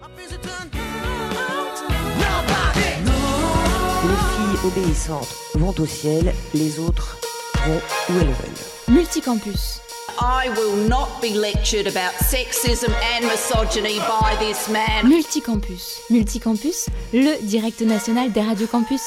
Les filles obéissantes vont au ciel, les autres vont où elles veulent. Multicampus. I will not be lectured about sexism and misogyny by this man. Multicampus. Multicampus, le direct national des radios campus.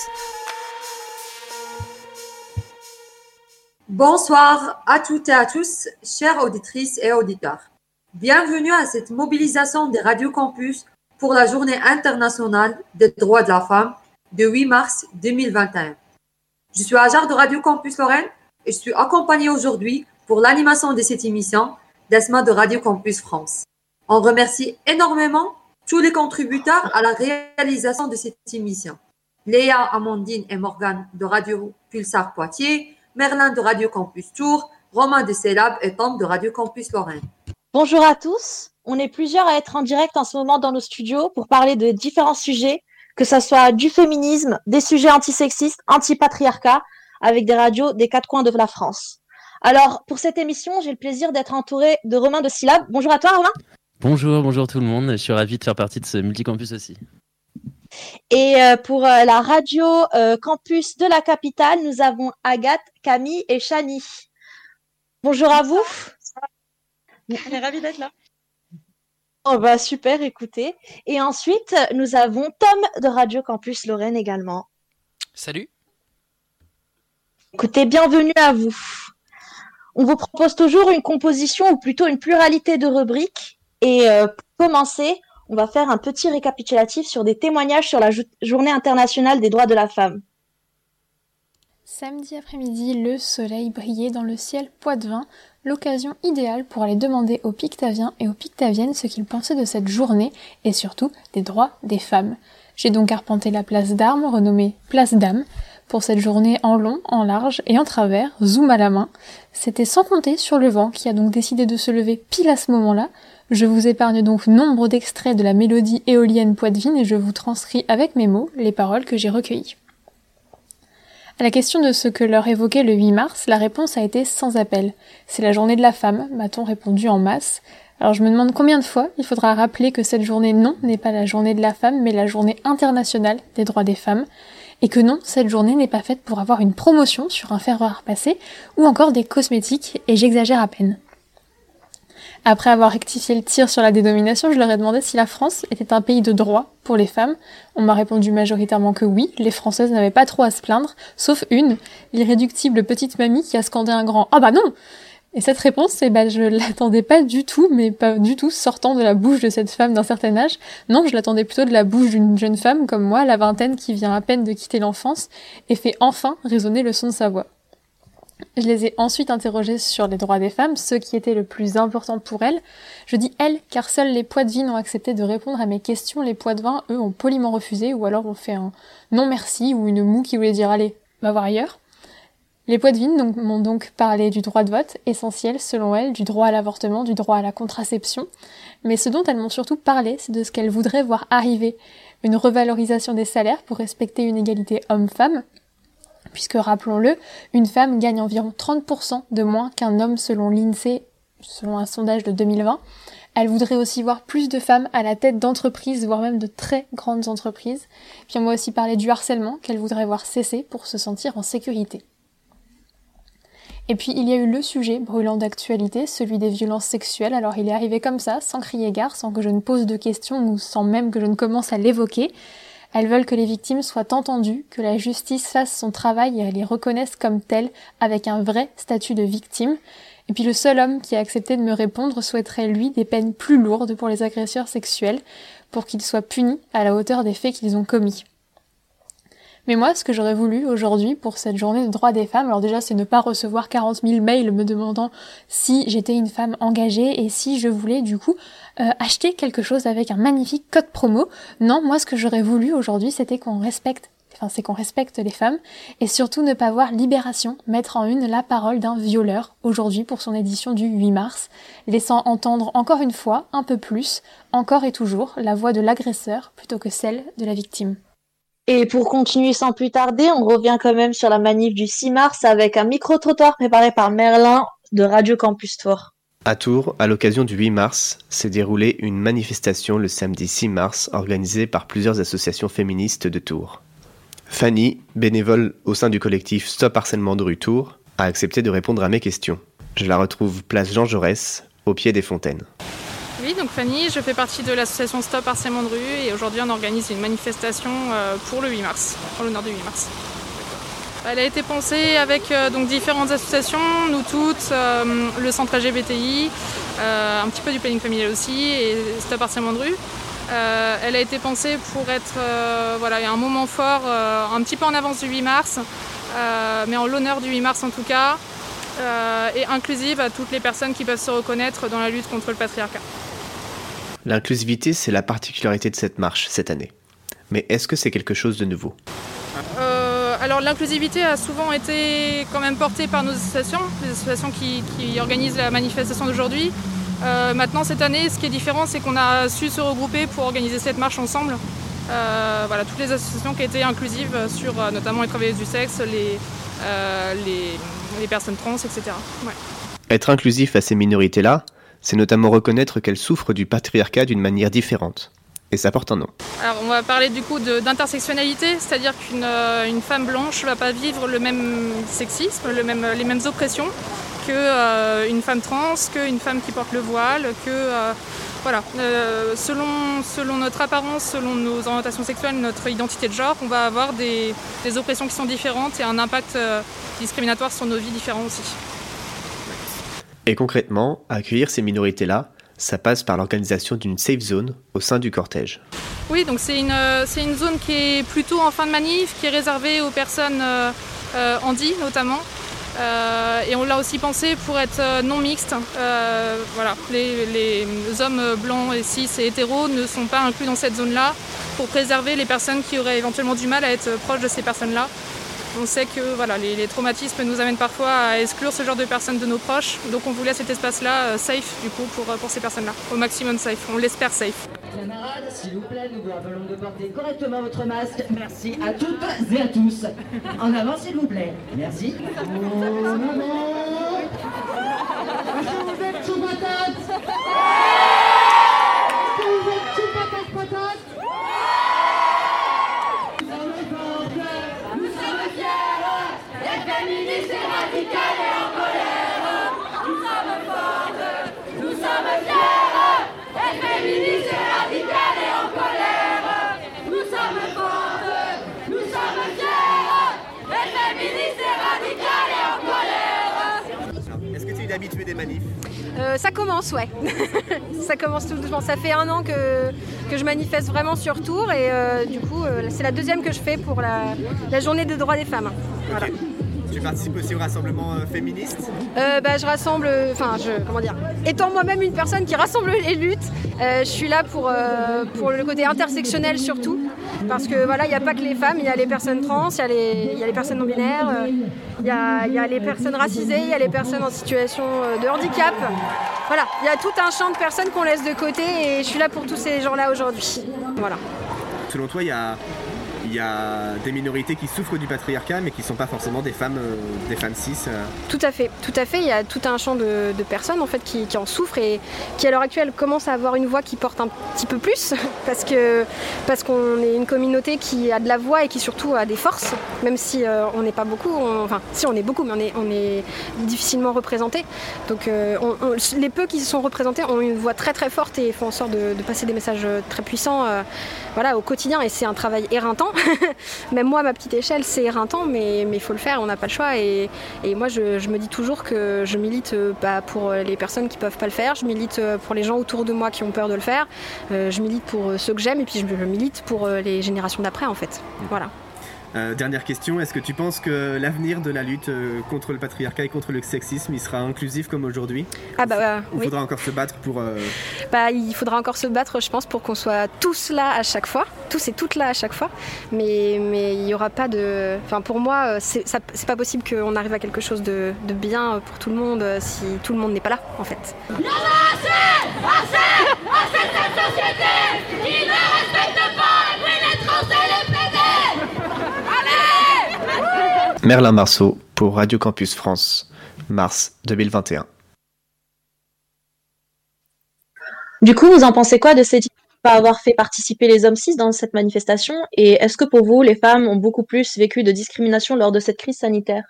Bonsoir à toutes et à tous, chères auditrices et auditeurs. Bienvenue à cette mobilisation des radios campus pour la Journée internationale des droits de la femme de 8 mars 2021. Je suis Hajar de Radio Campus Lorraine et je suis accompagnée aujourd'hui pour l'animation de cette émission d'Esma de Radio Campus France. On remercie énormément tous les contributeurs à la réalisation de cette émission. Léa, Amandine et Morgane de Radio Pulsar Poitiers, Merlin de Radio Campus Tours, Romain de Célab et Tom de Radio Campus Lorraine. Bonjour à tous, on est plusieurs à être en direct en ce moment dans nos studios pour parler de différents sujets, que ce soit du féminisme, des sujets antisexistes, anti-patriarcat, avec des radios des quatre coins de la France. Alors, pour cette émission, j'ai le plaisir d'être entourée de Romain de Célab. Bonjour à toi, Romain. Bonjour tout le monde. Je suis ravi de faire partie de ce multicampus aussi. Et pour la radio campus de la capitale, nous avons Agathe, Camille et Chani. Bonjour à vous. On est ravis d'être là. Oh bah super, écoutez. Et ensuite, nous avons Tom de Radio Campus Lorraine également. Salut. Écoutez, bienvenue à vous. On vous propose toujours une composition ou plutôt une pluralité de rubriques. Et pour commencer, on va faire un petit récapitulatif sur des témoignages sur la Journée internationale des droits de la femme. Samedi après-midi, le soleil brillait dans le ciel poitevin, l'occasion idéale pour aller demander aux Pictaviens et aux Pictaviennes ce qu'ils pensaient de cette journée et surtout des droits des femmes. J'ai donc arpenté la place d'Armes, renommée Place d'Âme, pour cette journée en long, en large et en travers, zoom à la main. C'était sans compter sur le vent qui a donc décidé de se lever pile à ce moment-là. Je vous épargne donc nombre d'extraits de la mélodie éolienne poitevine et je vous transcris avec mes mots les paroles que j'ai recueillies. À la question de ce que leur évoquait le 8 mars, la réponse a été sans appel. C'est la journée de la femme, m'a-t-on répondu en masse. Alors je me demande combien de fois il faudra rappeler que cette journée, non, n'est pas la journée de la femme, mais la journée internationale des droits des femmes, et que non, cette journée n'est pas faite pour avoir une promotion sur un fer à repasser, ou encore des cosmétiques, et j'exagère à peine. Après avoir rectifié le tir sur la dénomination, je leur ai demandé si la France était un pays de droit pour les femmes. On m'a répondu majoritairement que oui, les Françaises n'avaient pas trop à se plaindre, sauf une, l'irréductible petite mamie qui a scandé un grand « Ah bah non !» Et cette réponse, je l'attendais pas du tout, mais pas du tout sortant de la bouche de cette femme d'un certain âge. Non, je l'attendais plutôt de la bouche d'une jeune femme comme moi, la vingtaine, qui vient à peine de quitter l'enfance et fait enfin résonner le son de sa voix. Je les ai ensuite interrogées sur les droits des femmes, ce qui était le plus important pour elles. Je dis elles, car seuls les poitevines ont accepté de répondre à mes questions. Les poitevins, eux, ont poliment refusé, ou alors ont fait un non merci, ou une moue qui voulait dire allez, va voir ailleurs. Les poitevines m'ont donc parlé du droit de vote, essentiel selon elles, du droit à l'avortement, du droit à la contraception. Mais ce dont elles m'ont surtout parlé, c'est de ce qu'elles voudraient voir arriver. Une revalorisation des salaires pour respecter une égalité homme-femme, puisque, rappelons-le, une femme gagne environ 30% de moins qu'un homme selon l'INSEE, selon un sondage de 2020. Elle voudrait aussi voir plus de femmes à la tête d'entreprises, voire même de très grandes entreprises. Puis on m'a aussi parlé du harcèlement qu'elle voudrait voir cesser pour se sentir en sécurité. Et puis il y a eu le sujet brûlant d'actualité, celui des violences sexuelles. Alors il est arrivé comme ça, sans crier gare, sans que je ne pose de questions ou sans même que je ne commence à l'évoquer. Elles veulent que les victimes soient entendues, que la justice fasse son travail et les reconnaisse comme telles, avec un vrai statut de victime. Et puis le seul homme qui a accepté de me répondre souhaiterait, lui, des peines plus lourdes pour les agresseurs sexuels, pour qu'ils soient punis à la hauteur des faits qu'ils ont commis. Mais moi, ce que j'aurais voulu aujourd'hui pour cette journée de droits des femmes, alors déjà c'est ne pas recevoir 40 000 mails me demandant si j'étais une femme engagée et si je voulais du coup acheter quelque chose avec un magnifique code promo. Non, moi ce que j'aurais voulu aujourd'hui c'est qu'on respecte les femmes et surtout ne pas voir Libération mettre en une la parole d'un violeur aujourd'hui pour son édition du 8 mars, laissant entendre encore une fois, un peu plus, encore et toujours, la voix de l'agresseur plutôt que celle de la victime. Et pour continuer sans plus tarder, on revient quand même sur la manif du 6 mars avec un micro-trottoir préparé par Merlin de Radio Campus Tours. À Tours, à l'occasion du 8 mars, s'est déroulée une manifestation le samedi 6 mars organisée par plusieurs associations féministes de Tours. Fanny, bénévole au sein du collectif Stop Harcèlement de rue Tours, a accepté de répondre à mes questions. Je la retrouve place Jean Jaurès, au pied des fontaines. Oui, donc Fanny, je fais partie de l'association Stop Harcèlement de rue et aujourd'hui on organise une manifestation pour le 8 mars, en l'honneur du 8 mars. Elle a été pensée avec donc différentes associations, nous toutes, le centre LGBTI, un petit peu du planning familial aussi et Stop Harcèlement de rue. Elle a été pensée pour être un moment fort, un petit peu en avance du 8 mars, mais en l'honneur du 8 mars en tout cas, et inclusive à toutes les personnes qui peuvent se reconnaître dans la lutte contre le patriarcat. L'inclusivité, c'est la particularité de cette marche cette année. Mais est-ce que c'est quelque chose de nouveau ? Alors l'inclusivité a souvent été quand même portée par nos associations, les associations qui organisent la manifestation d'aujourd'hui. Maintenant cette année, ce qui est différent, c'est qu'on a su se regrouper pour organiser cette marche ensemble. Toutes les associations qui étaient inclusives sur notamment les travailleuses du sexe, les personnes trans, etc. Ouais. Être inclusif à ces minorités-là, c'est notamment reconnaître qu'elles souffrent du patriarcat d'une manière différente. Et ça porte un nom. Alors on va parler du coup d'intersectionnalité, c'est-à-dire qu'une femme blanche ne va pas vivre le même sexisme, les mêmes oppressions qu'une femme trans, qu'une femme qui porte le voile, selon notre apparence, selon nos orientations sexuelles, notre identité de genre, on va avoir des oppressions qui sont différentes et un impact discriminatoire sur nos vies différents aussi. Et concrètement, accueillir ces minorités-là, ça passe par l'organisation d'une safe zone au sein du cortège. Oui, donc c'est une zone qui est plutôt en fin de manif, qui est réservée aux personnes handi notamment. Et on l'a aussi pensé pour être non mixte. Les hommes blancs et cis et hétéros ne sont pas inclus dans cette zone-là pour préserver les personnes qui auraient éventuellement du mal à être proches de ces personnes-là. On sait que les traumatismes nous amènent parfois à exclure ce genre de personnes de nos proches. Donc on voulait cet espace-là safe du coup pour ces personnes-là, au maximum safe, on l'espère safe. Camarades, s'il vous plaît, nous vous rappelons de porter correctement votre masque. Merci à toutes et à tous. En avant, s'il vous plaît. Merci. Est-ce que vous êtes tout patate? Est-ce que vous êtes tout patate? Féministes et radicales et en colère, nous sommes fortes, nous sommes fiers. Et féministes et radicales et en colère, nous sommes fortes, nous sommes fiers. Et féministes et radicales et en colère. Est-ce que tu es une habituée des manifs ? Ça commence, ouais. Ça commence tout doucement. Ça fait 1 an que je manifeste vraiment sur Tours et du coup, c'est la deuxième que je fais pour la journée des droits des femmes. Voilà. Okay. Tu participes aussi au rassemblement féministe ? Je rassemble, étant moi-même une personne qui rassemble les luttes, je suis là pour le côté intersectionnel surtout, parce que il n'y a pas que les femmes, il y a les personnes trans, il y a les personnes non-binaires, il y a les personnes racisées, il y a les personnes en situation de handicap. Voilà, il y a tout un champ de personnes qu'on laisse de côté et je suis là pour tous ces gens-là aujourd'hui. Voilà. Selon toi, il y a des minorités qui souffrent du patriarcat mais qui ne sont pas forcément des femmes cis. Tout à fait. Il y a tout un champ de personnes en fait, qui en souffrent et qui à l'heure actuelle commencent à avoir une voix qui porte un petit peu plus parce qu'on est une communauté qui a de la voix et qui surtout a des forces, même si on n'est pas beaucoup, on est beaucoup mais on est difficilement représentés. Donc les peu qui sont représentés ont une voix très très forte et font en sorte de passer des messages très puissants au quotidien et c'est un travail éreintant. Même moi, à ma petite échelle, c'est éreintant, mais il faut le faire, on n'a pas le choix. Et moi, je me dis toujours que je milite pour les personnes qui ne peuvent pas le faire, je milite pour les gens autour de moi qui ont peur de le faire, je milite pour ceux que j'aime et puis je milite pour les générations d'après, en fait. Voilà. Dernière question, est-ce que tu penses que l'avenir de la lutte contre le patriarcat et contre le sexisme, il sera inclusif comme aujourd'hui ? Il faudra encore se battre pour... il faudra encore se battre, je pense, pour qu'on soit tous là à chaque fois, tous et toutes là à chaque fois, mais il n'y aura pas de... pour moi, c'est pas possible qu'on arrive à quelque chose de bien pour tout le monde si tout le monde n'est pas là, en fait. Il y en a assez de cette société qui ne respecte pas les trans et les PD. Merlin Marceau pour Radio Campus France, mars 2021. Du coup, vous en pensez quoi de cette idée de pas avoir fait participer les hommes cis dans cette manifestation? Et est-ce que pour vous, les femmes ont beaucoup plus vécu de discrimination lors de cette crise sanitaire?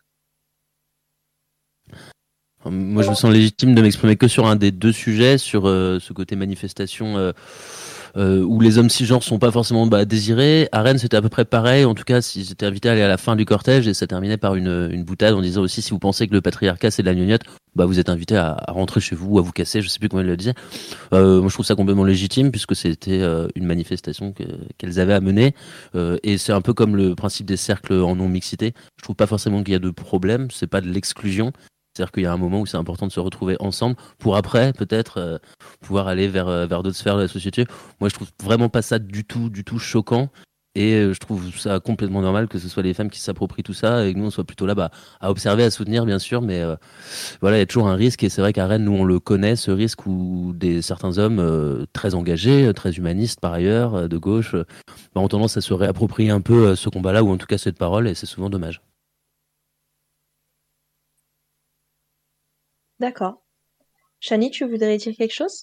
Moi, je me sens légitime de m'exprimer que sur un des deux sujets, sur ce côté manifestation où les hommes cisgenres sont pas forcément désirés. À Rennes, c'était à peu près pareil. En tout cas, ils étaient invités à aller à la fin du cortège et ça terminait par une boutade en disant aussi, si vous pensez que le patriarcat c'est de la gnognotte, vous êtes invités à rentrer chez vous, à vous casser. Je sais plus comment ils le disaient. Moi, je trouve ça complètement légitime puisque c'était une manifestation qu'elles avaient à mener. Et c'est un peu comme le principe des cercles en non-mixité. Je trouve pas forcément qu'il y a de problème. C'est pas de l'exclusion. C'est-à-dire qu'il y a un moment où c'est important de se retrouver ensemble pour après, peut-être, pouvoir aller vers d'autres sphères de la société. Moi, je trouve vraiment pas ça du tout choquant. Et je trouve ça complètement normal que ce soit les femmes qui s'approprient tout ça et que nous, on soit plutôt là à observer, à soutenir, bien sûr. Mais voilà, il y a toujours un risque. Et c'est vrai qu'à Rennes, nous, on le connaît, ce risque où certains hommes très engagés, très humanistes par ailleurs, de gauche, ont tendance à se réapproprier un peu ce combat-là, ou en tout cas cette parole. Et c'est souvent dommage. D'accord. Chani, tu voudrais dire quelque chose?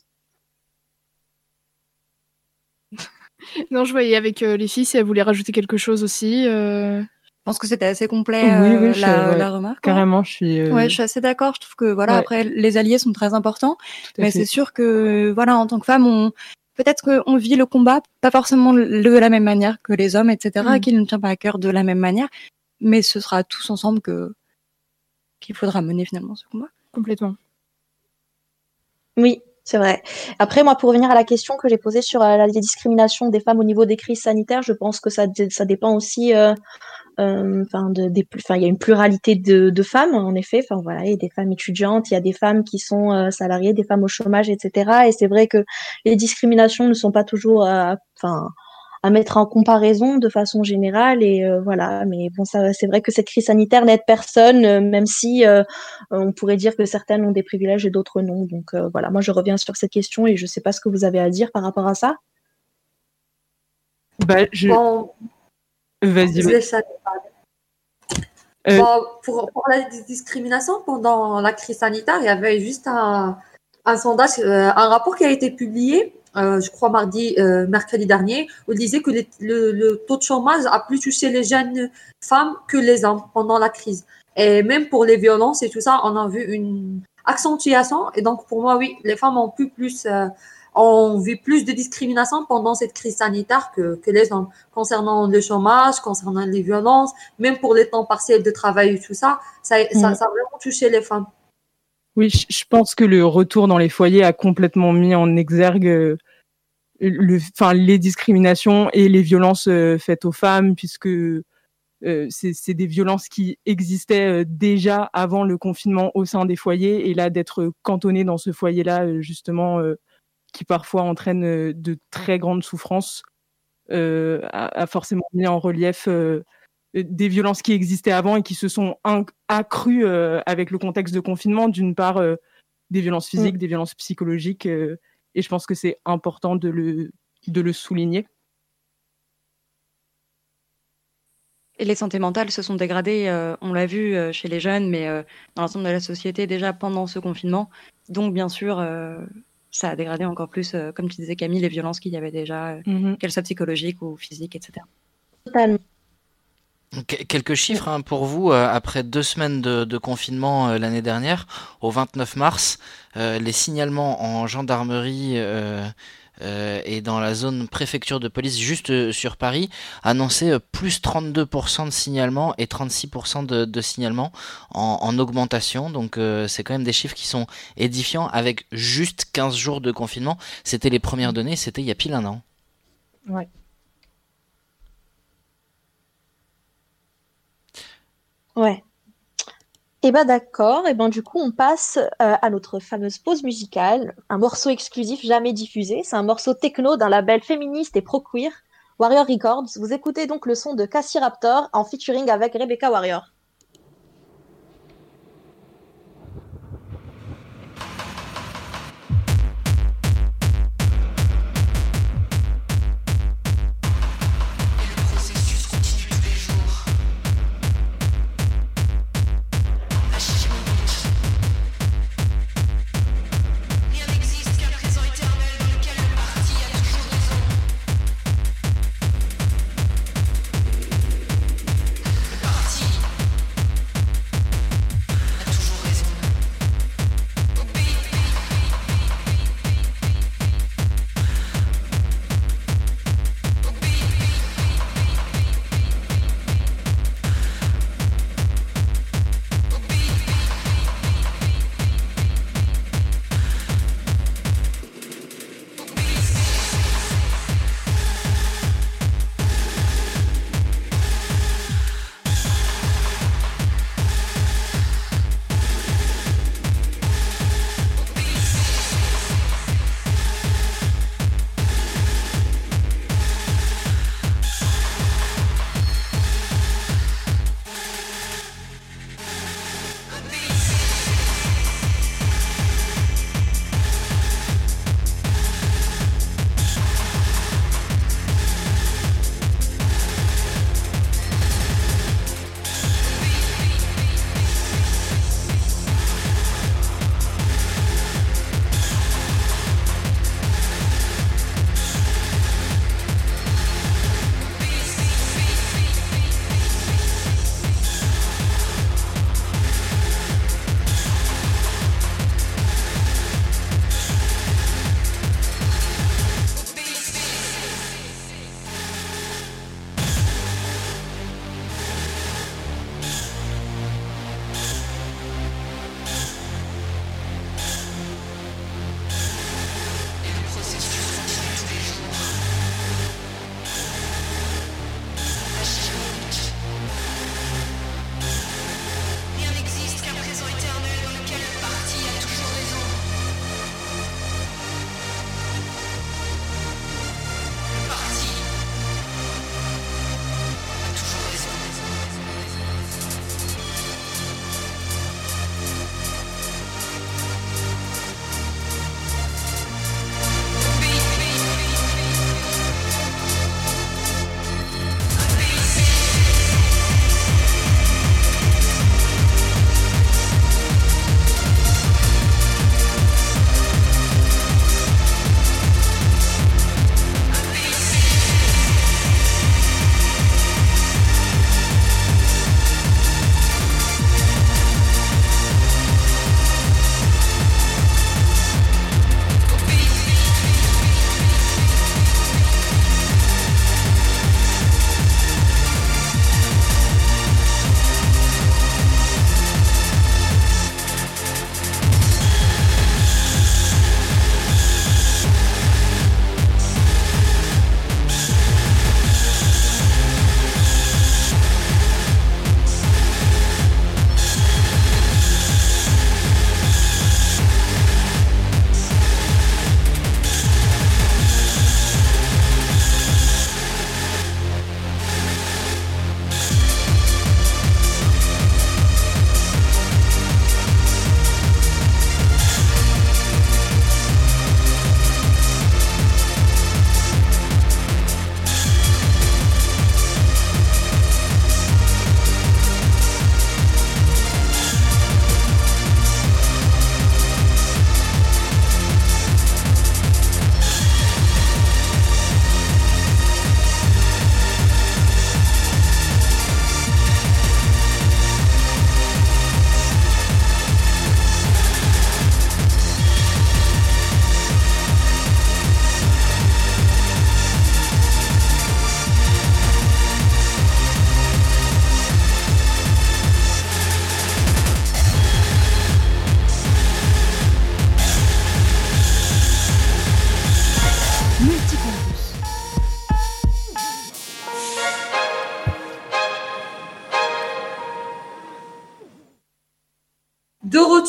Non, je voyais avec les filles si elles voulaient rajouter quelque chose aussi. Je pense que c'était assez complet Oui, la remarque. Carrément, je suis. Ouais, je suis assez d'accord. Je trouve que voilà, après les alliés sont très importants, mais c'est sûr que voilà, en tant que femme, peut-être qu'on vit le combat pas forcément de la même manière que les hommes, etc., qu'il ne tient pas à cœur de la même manière, mais ce sera tous ensemble qu'il faudra mener finalement ce combat. Complètement. Oui, c'est vrai. Après, moi, pour revenir à la question que j'ai posée sur la discrimination des femmes au niveau des crises sanitaires, je pense que ça dépend aussi. Il y a une pluralité de femmes, en effet. Enfin voilà, il y a des femmes étudiantes, il y a des femmes qui sont salariées, des femmes au chômage, etc. Et c'est vrai que les discriminations ne sont pas toujours, à mettre en comparaison de façon générale et voilà, mais bon, ça c'est vrai que cette crise sanitaire n'aide personne, même si on pourrait dire que certaines ont des privilèges et d'autres non. Donc voilà, moi je reviens sur cette question et je sais pas ce que vous avez à dire par rapport à ça. Vas-y. Pour la discrimination pendant la crise sanitaire, il y avait juste un sondage, un rapport qui a été publié je crois mercredi dernier, où il disait que le taux de chômage a plus touché les jeunes femmes que les hommes pendant la crise. Et même pour les violences et tout ça, on a vu une accentuation. Et donc, pour moi, oui, les femmes ont vu plus de discrimination pendant cette crise sanitaire que les hommes. Concernant le chômage, concernant les violences, même pour les temps partiels de travail et tout ça, ça a vraiment touché les femmes. Oui, je pense que le retour dans les foyers a complètement mis en exergue les discriminations et les violences faites aux femmes, puisque c'est des violences qui existaient déjà avant le confinement au sein des foyers, et là d'être cantonné dans ce foyer-là, justement, qui parfois entraîne de très grandes souffrances, a forcément mis en relief des violences qui existaient avant et qui se sont accrues avec le contexte de confinement, d'une part des violences physiques, des violences psychologiques, et je pense que c'est important de le souligner. Et les santé mentales se sont dégradées, on l'a vu chez les jeunes, mais dans l'ensemble de la société déjà pendant ce confinement. Donc bien sûr, ça a dégradé encore plus, comme tu disais Camille, les violences qu'il y avait déjà, qu'elles soient psychologiques ou physiques, etc. Totalement. Quelques chiffres pour vous. Après 2 semaines de confinement l'année dernière, au 29 mars, les signalements en gendarmerie et dans la zone préfecture de police juste sur Paris annonçaient plus 32% de signalements et 36% de signalements en augmentation. Donc c'est quand même des chiffres qui sont édifiants avec juste 15 jours de confinement. C'était les premières données, c'était il y a pile 1 an. Ouais. Ouais. Et d'accord, et du coup on passe à notre fameuse pause musicale, un morceau exclusif jamais diffusé, c'est un morceau techno d'un label féministe et pro-queer, Warrior Records. Vous écoutez donc le son de Cassie Raptor en featuring avec Rebecca Warrior. Rien n'existe qu'à présent éternel dans le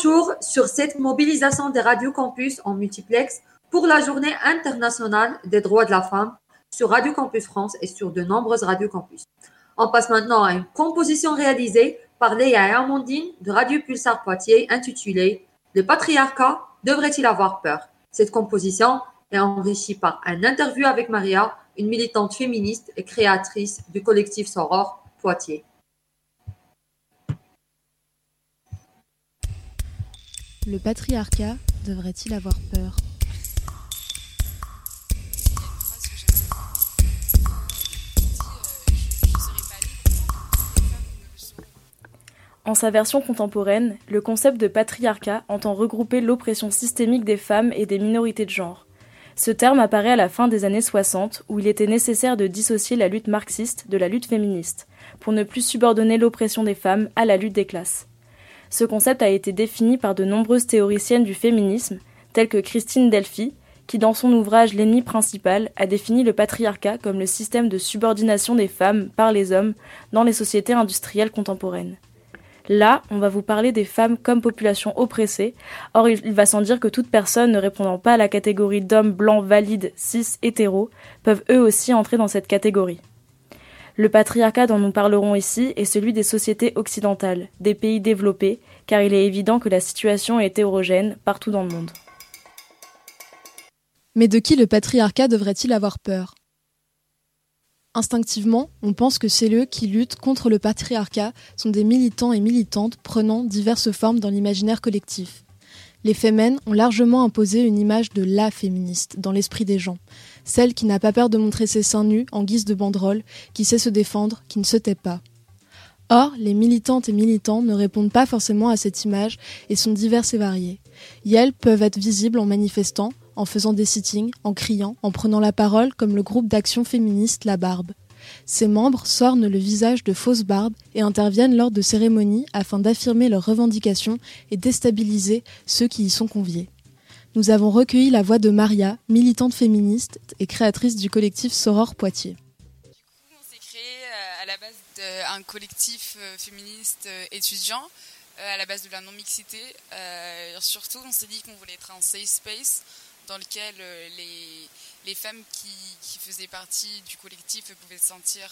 retour sur cette mobilisation des radios campus en multiplex pour la Journée internationale des droits de la femme sur Radio Campus France et sur de nombreuses radios campus. On passe maintenant à une composition réalisée par Léa et Amandine de Radio Pulsar Poitiers intitulée « Le patriarcat devrait-il avoir peur ?» Cette composition est enrichie par un interview avec Maria, une militante féministe et créatrice du collectif Soror Poitiers. Le patriarcat devrait-il avoir peur ? En sa version contemporaine, le concept de patriarcat entend regrouper l'oppression systémique des femmes et des minorités de genre. Ce terme apparaît à la fin des années 60, où il était nécessaire de dissocier la lutte marxiste de la lutte féministe, pour ne plus subordonner l'oppression des femmes à la lutte des classes. Ce concept a été défini par de nombreuses théoriciennes du féminisme, telles que Christine Delphi, qui dans son ouvrage L'ennemi principal a défini le patriarcat comme le système de subordination des femmes par les hommes dans les sociétés industrielles contemporaines. Là, on va vous parler des femmes comme population oppressée. Or, il va sans dire que toute personne ne répondant pas à la catégorie d'hommes blancs, valides, cis, hétéros, peuvent eux aussi entrer dans cette catégorie. Le patriarcat dont nous parlerons ici est celui des sociétés occidentales, des pays développés, car il est évident que la situation est hétérogène partout dans le monde. Mais de qui le patriarcat devrait-il avoir peur ? Instinctivement, on pense que ceux qui luttent contre le patriarcat sont des militants et militantes prenant diverses formes dans l'imaginaire collectif. Les fémènes ont largement imposé une image de la féministe dans l'esprit des gens, celle qui n'a pas peur de montrer ses seins nus en guise de banderole, qui sait se défendre, qui ne se tait pas. Or, les militantes et militants ne répondent pas forcément à cette image et sont diverses et variées. Et elles peuvent être visibles en manifestant, en faisant des sittings, en criant, en prenant la parole comme le groupe d'action féministe La Barbe. Ses membres s'ornent le visage de fausses barbes et interviennent lors de cérémonies afin d'affirmer leurs revendications et déstabiliser ceux qui y sont conviés. Nous avons recueilli la voix de Maria, militante féministe et créatrice du collectif Soror Poitiers. On s'est créé à la base d'un collectif féministe étudiant, à la base de la non-mixité. Surtout, on s'est dit qu'on voulait être un safe space dans lequel les femmes qui faisaient partie du collectif pouvaient se sentir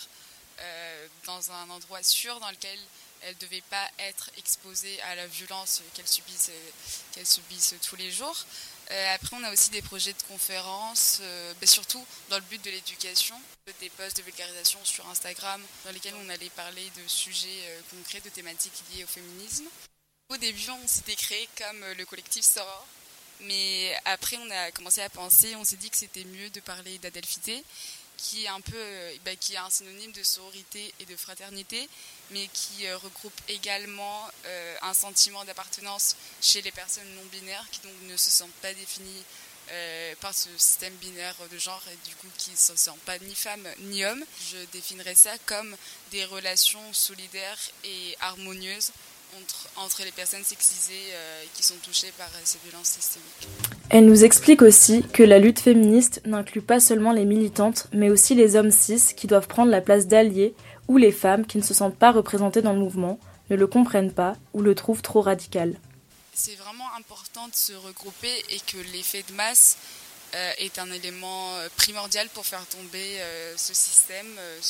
dans un endroit sûr dans lequel elles ne devaient pas être exposées à la violence qu'elles subissent tous les jours. Après, on a aussi des projets de conférences, surtout dans le but de l'éducation, des posts de vulgarisation sur Instagram dans lesquels on allait parler de sujets concrets, de thématiques liées au féminisme. Au début, on s'était créé comme le collectif Soror. Mais après, on a commencé à penser, on s'est dit que c'était mieux de parler d'adelphité, qui est un peu, qui est un synonyme de sororité et de fraternité, mais qui regroupe également un sentiment d'appartenance chez les personnes non binaires, qui donc ne se sentent pas définies par ce système binaire de genre et du coup qui ne se sentent pas ni femmes ni hommes. Je définirais ça comme des relations solidaires et harmonieuses entre les personnes sexisées qui sont touchées par ces violences systémiques. Elle nous explique aussi que la lutte féministe n'inclut pas seulement les militantes, mais aussi les hommes cis qui doivent prendre la place d'alliés ou les femmes qui ne se sentent pas représentées dans le mouvement, ne le comprennent pas ou le trouvent trop radical. C'est vraiment important de se regrouper et que l'effet de masse est un élément primordial pour faire tomber ce système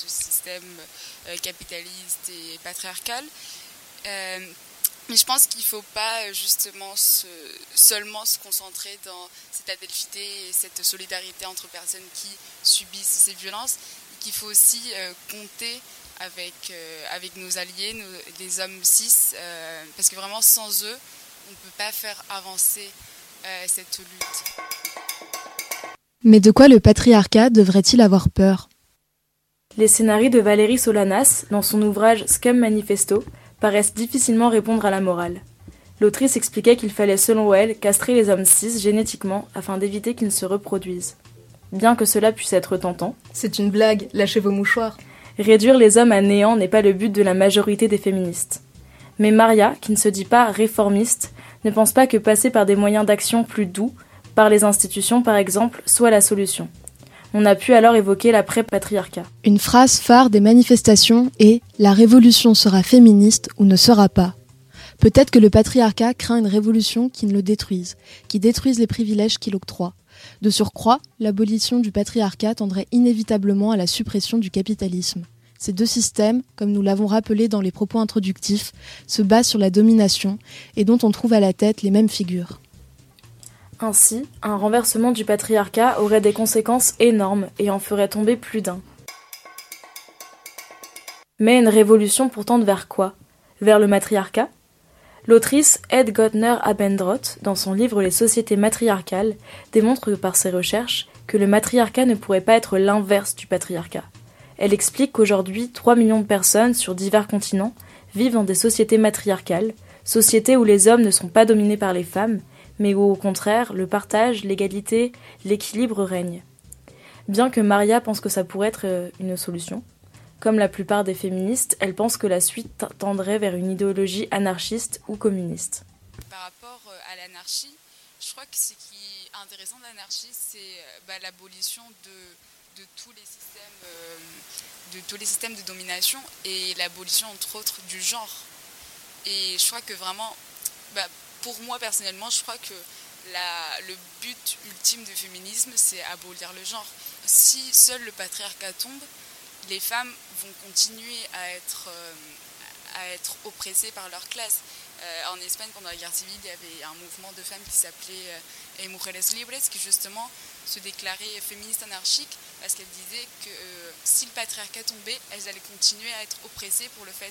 capitaliste et patriarcal. Mais je pense qu'il ne faut pas justement seulement se concentrer dans cette adelphité et cette solidarité entre personnes qui subissent ces violences, et qu'il faut aussi compter avec nos alliés, les hommes cis, parce que vraiment sans eux, on ne peut pas faire avancer cette lutte. Mais de quoi le patriarcat devrait-il avoir peur ? Les scénarios de Valérie Solanas, dans son ouvrage Scum Manifesto, paraissent difficilement répondre à la morale. L'autrice expliquait qu'il fallait selon elle castrer les hommes cis génétiquement afin d'éviter qu'ils ne se reproduisent. Bien que cela puisse être tentant. C'est une blague, lâchez vos mouchoirs. Réduire les hommes à néant n'est pas le but de la majorité des féministes. Mais Maria, qui ne se dit pas réformiste, ne pense pas que passer par des moyens d'action plus doux, par les institutions par exemple, soit la solution. On a pu alors évoquer l'après-patriarcat. Une phrase phare des manifestations est « La révolution sera féministe ou ne sera pas ». Peut-être que le patriarcat craint une révolution qui ne le détruise, qui détruise les privilèges qu'il octroie. De surcroît, l'abolition du patriarcat tendrait inévitablement à la suppression du capitalisme. Ces deux systèmes, comme nous l'avons rappelé dans les propos introductifs, se basent sur la domination et dont on trouve à la tête les mêmes figures. Ainsi, un renversement du patriarcat aurait des conséquences énormes et en ferait tomber plus d'un. Mais une révolution pour tendre vers quoi ? Vers le matriarcat ? L'autrice Ed Gottner-Abendroth, dans son livre Les sociétés matriarcales, démontre par ses recherches que le matriarcat ne pourrait pas être l'inverse du patriarcat. Elle explique qu'aujourd'hui, 3 millions de personnes sur divers continents vivent dans des sociétés matriarcales, sociétés où les hommes ne sont pas dominés par les femmes, mais où au contraire, le partage, l'égalité, l'équilibre règnent. Bien que Maria pense que ça pourrait être une solution, comme la plupart des féministes, elle pense que la suite tendrait vers une idéologie anarchiste ou communiste. Par rapport à l'anarchie, je crois que ce qui est intéressant de l'anarchie, c'est l'abolition de tous les systèmes de domination et l'abolition, entre autres, du genre. Et je crois que vraiment, pour moi personnellement, je crois que le but ultime du féminisme, c'est abolir le genre. Si seul le patriarcat tombe, les femmes vont continuer à être oppressées par leur classe. En Espagne, pendant la guerre civile, il y avait un mouvement de femmes qui s'appelait Mujeres Libres, qui justement se déclarait féministe anarchique, parce qu'elles disaient que si le patriarcat tombait, elles allaient continuer à être oppressées pour le fait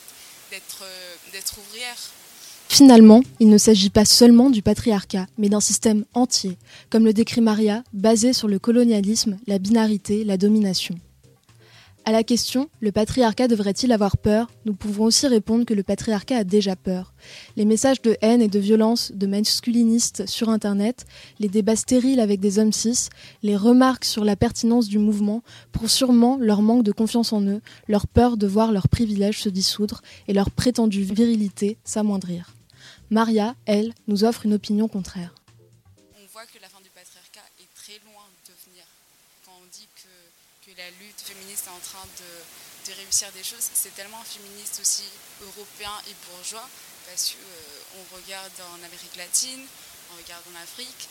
d'être ouvrières. Finalement, il ne s'agit pas seulement du patriarcat, mais d'un système entier, comme le décrit Maria, basé sur le colonialisme, la binarité, la domination. À la question « Le patriarcat devrait-il avoir peur ?», nous pouvons aussi répondre que le patriarcat a déjà peur. Les messages de haine et de violence de masculinistes sur Internet, les débats stériles avec des hommes cis, les remarques sur la pertinence du mouvement prouvent sûrement leur manque de confiance en eux, leur peur de voir leurs privilèges se dissoudre et leur prétendue virilité s'amoindrir. Maria, elle, nous offre une opinion contraire. On voit que la fin du patriarcat est très loin de venir. Quand on dit que la lutte féministe est en train de réussir des choses, c'est tellement un féministe aussi européen et bourgeois, parce qu'on regarde en Amérique latine, on regarde en Afrique,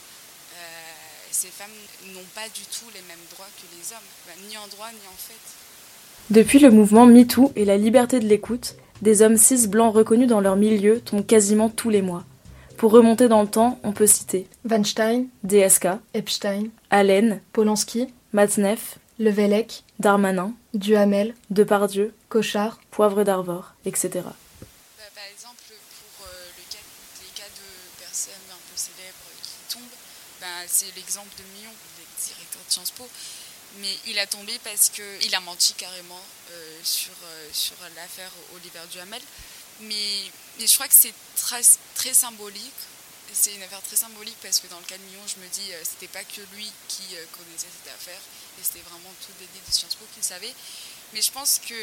ces femmes n'ont pas du tout les mêmes droits que les hommes, ni en droit ni en fait. Depuis le mouvement MeToo et la liberté de l'écoute, des hommes cis blancs reconnus dans leur milieu tombent quasiment tous les mois. Pour remonter dans le temps, on peut citer Weinstein, DSK, Epstein, Allen, Polanski, Matzneff, Levelec, Darmanin, Duhamel, Depardieu, Cochard, Poivre d'Arvor, etc. Par exemple, pour les cas de personnes un peu célèbres qui tombent, c'est l'exemple de Millon, le directeur de Sciences Po. Mais il a tombé parce qu'il a menti carrément sur l'affaire Oliver Duhamel. Mais je crois que c'est très symbolique. C'est une affaire très symbolique parce que dans le cas de Millon, je me dis c'était pas que lui qui connaissait cette affaire et c'était vraiment tout l'élite de Sciences Po qui le savait. Mais je pense que